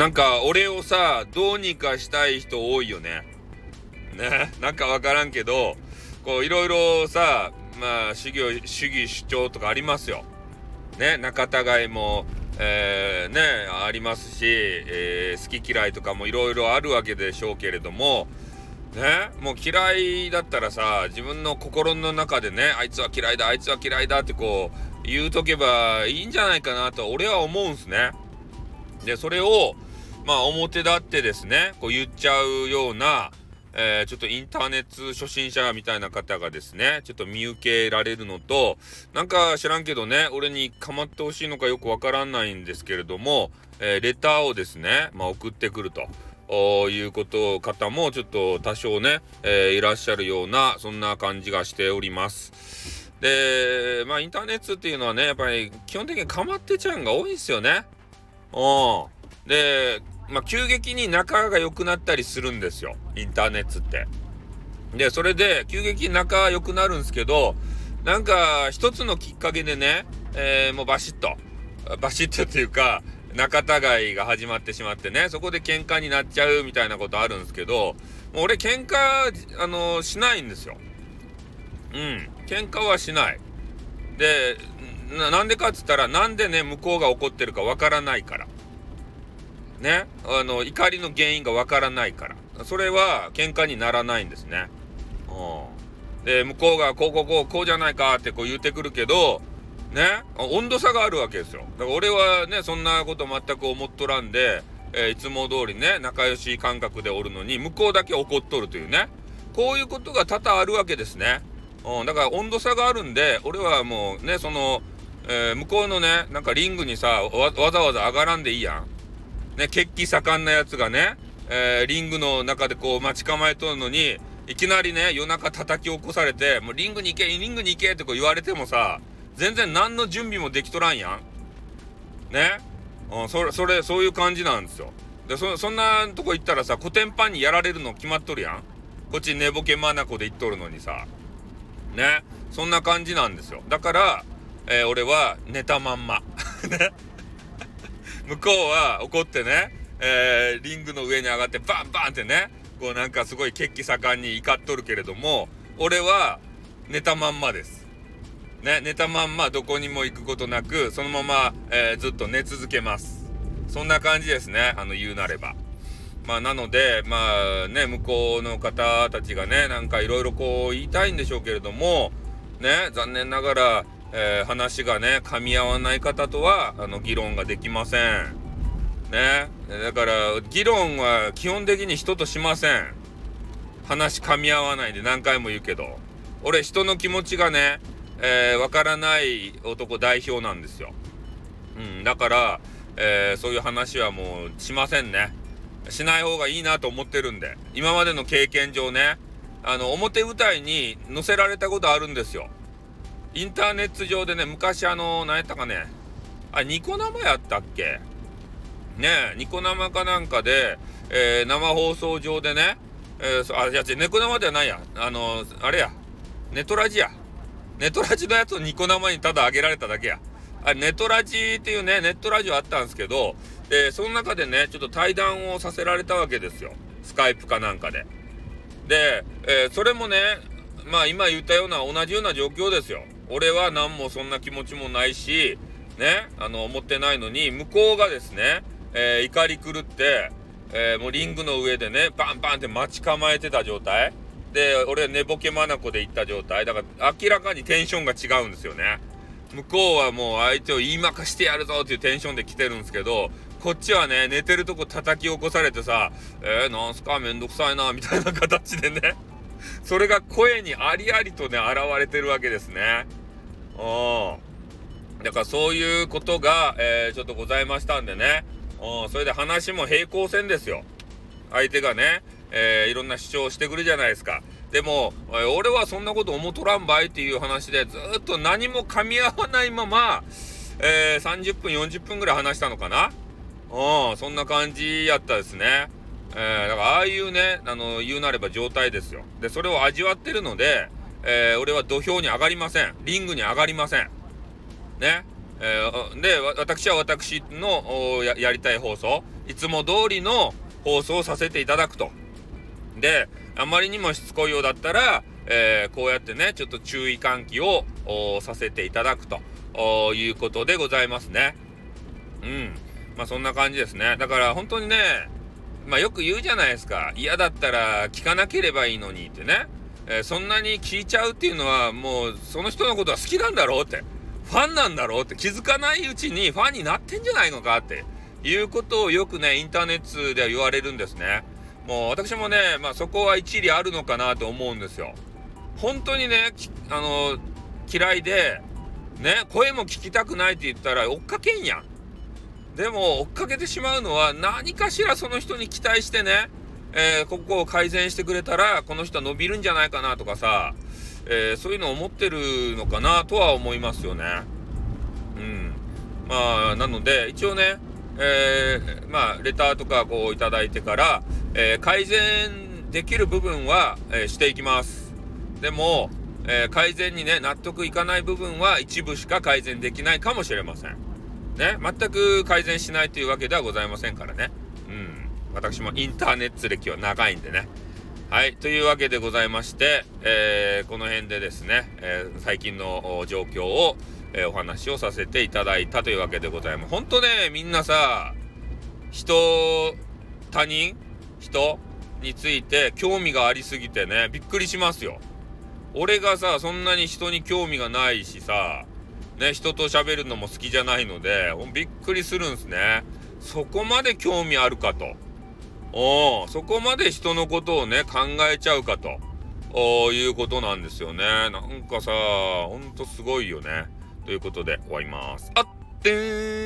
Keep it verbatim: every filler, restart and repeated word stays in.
なんか俺をさ、どうにかしたい人多いよね。ね、なんかわからんけど、こういろいろさ、まあ主義主義主張とかありますよ。ね、仲違いも、えー、ねありますし、えー、好き嫌いとかもいろいろあるわけでしょうけれども、ね、もう嫌いだったらさ、自分の心の中でね、あいつは嫌いだ、あいつは嫌いだってこう言うとけばいいんじゃないかなと俺は思うんすね。で、それをまあ表立ってですね、こう言っちゃうような、えー、ちょっとインターネット初心者みたいな方がですね、ちょっと見受けられるのと、なんか知らんけどね、俺に構ってほしいのかよくわからないんですけれども、えー、レターをですね、まあ送ってくると。いうこと方もちょっと多少ね、えー、いらっしゃるようなそんな感じがしております。で、まあインターネットっていうのはね、やっぱり基本的にかまってちゃんが多いんですよね。うん。で、まあ急激に仲が良くなったりするんですよ、インターネットって。で、それで急激に仲良くなるんですけど、なんか一つのきっかけでね、えー、もうバシッとバシッとっていうか仲違いが始まってしまってね、そこで喧嘩になっちゃうみたいなことあるんですけど、もう俺喧嘩あのしないんですよ。うん喧嘩はしない。で な, なんでかっつったら、なんでね向こうが怒ってるかわからないからね、あの怒りの原因がわからないから、それは喧嘩にならないんですね。うんで、向こうがこうこうこうこうじゃないかってこう言ってくるけどね、温度差があるわけですよ。だから俺はね、そんなこと全く思っとらんで、えー、いつも通りね、仲良し感覚でおるのに、向こうだけ怒っとるというね、こういうことが多々あるわけですね。うん、だから温度差があるんで、俺はもうね、その、えー、向こうのね、なんかリングにさ、わ、わざわざ上がらんでいいやん。ね、血気盛んなやつがね、えー、リングの中でこう待ち構えとるのに、いきなりね、夜中叩き起こされて、もうリングに行け、リングに行けってこう言われてもさ、全然何の準備もできとらんやん。ね。うん、それ、それ、そういう感じなんですよ。で、そ、そんなとこ行ったらさ、コテンパンにやられるの決まっとるやん。こっち寝ぼけまなこで行っとるのにさ。ね。そんな感じなんですよ。だから、えー、俺は寝たまんま。ね。向こうは怒ってね、えー、リングの上に上がってバンバンってね、こうなんかすごい血気盛んに怒っとるけれども、俺は寝たまんまです。ね、寝たまんまどこにも行くことなく、そのまま、えー、ずっと寝続けます。そんな感じですね、あの言うなれば。まあなので、まあね、向こうの方たちがね、なんかいろいろこう言いたいんでしょうけれども、ね、残念ながら、えー、話がね、噛み合わない方とは、あの、議論ができません。ね。だから、議論は基本的に人としません。話噛み合わないんで何回も言うけど。俺、人の気持ちがね、えー、わからない男代表なんですよ。うん、だから、えー、そういう話はもうしませんね。しない方がいいなと思ってるんで。今までの経験上ね、あの、表舞台に載せられたことあるんですよ。インターネット上でね、昔あの、何やったかね、あ、ニコ生やったっけねえ、ニコ生かなんかで、えー、生放送上でね、えー、あ、いや、ニコ生ではないや。あの、あれや、ネトラジや。ネトラジのやつをニコ生にただ上げられただけや。あ、ネトラジっていうね、ネットラジオあったんですけど、で、その中でね、ちょっと対談をさせられたわけですよ。スカイプかなんかで。で、えー、それもね、まあ今言ったような同じような状況ですよ。俺は何もそんな気持ちもないし、ね、あの、思ってないのに、向こうがですね、えー、怒り狂って、えー、もうリングの上でね、バンバンって待ち構えてた状態。で、俺は寝ぼけまなこで行った状態。だから明らかにテンションが違うんですよね。向こうはもう相手を言いまかしてやるぞっていうテンションで来てるんですけど、こっちはね、寝てるとこ叩き起こされてさ、えー、なんすかめんどくさいな、みたいな形でね。それが声にありありとね、現れてるわけですね。うん。だからそういうことが、えー、ちょっとございましたんでね。うん。それで話も平行線ですよ。相手がね、えー、いろんな主張をしてくるじゃないですか。でも、えー、俺はそんなこと思とらんばいっていう話でずっと何も噛み合わないまま、えー、さんじゅっぷんよんじゅっぷんぐらい話したのかな。うん、そんな感じやったですね。えー、だからああいうね、あの言うなれば状態ですよ。で、それを味わってるので、えー、俺は土俵に上がりません。リングに上がりません。ね。えー、で、私は私の や, やりたい放送、 いつも通りの放送をさせていただくと。で、あまりにもしつこいようだったら、えー、こうやってねちょっと注意喚起をさせていただくということでございますね。うん、まあそんな感じですね。だから本当にね、まあよく言うじゃないですか。嫌だったら聞かなければいいのにってね。えー、そんなに聞いちゃうっていうのはもうその人のことは好きなんだろうって、ファンなんだろうって、気づかないうちにファンになってんじゃないのかっていうことをよくねインターネットでは言われるんですね。もう私もね、まあそこは一理あるのかなと思うんですよ。本当にね、あの嫌いでね、声も聞きたくないって言ったら追っかけんやん。でも追っかけてしまうのは何かしらその人に期待してね、えー、ここを改善してくれたらこの人は伸びるんじゃないかなとかさ、えー、そういうのを思ってるのかなとは思いますよね。うん。まあなので一応ね、えー、まあレターとかこういただいてから、えー、改善できる部分は、えー、していきます。でも、えー、改善にね納得いかない部分は一部しか改善できないかもしれませんね。全く改善しないというわけではございませんからね。うん。私もインターネット歴は長いんでね。はい。というわけでございまして、えー、この辺でですね、えー、最近の状況を、えー、お話をさせていただいたというわけでございます。ほんとね、みんなさ、人、他人、人について興味がありすぎてね、びっくりしますよ。俺がさ、そんなに人に興味がないしさ、ね、人と喋るのも好きじゃないので、びっくりするんですね。そこまで興味あるかと。おそこまで人のことをね、考えちゃうかと。おいうことなんですよね。なんかさ、ほんとすごいよね。ということで終わります。あってーん。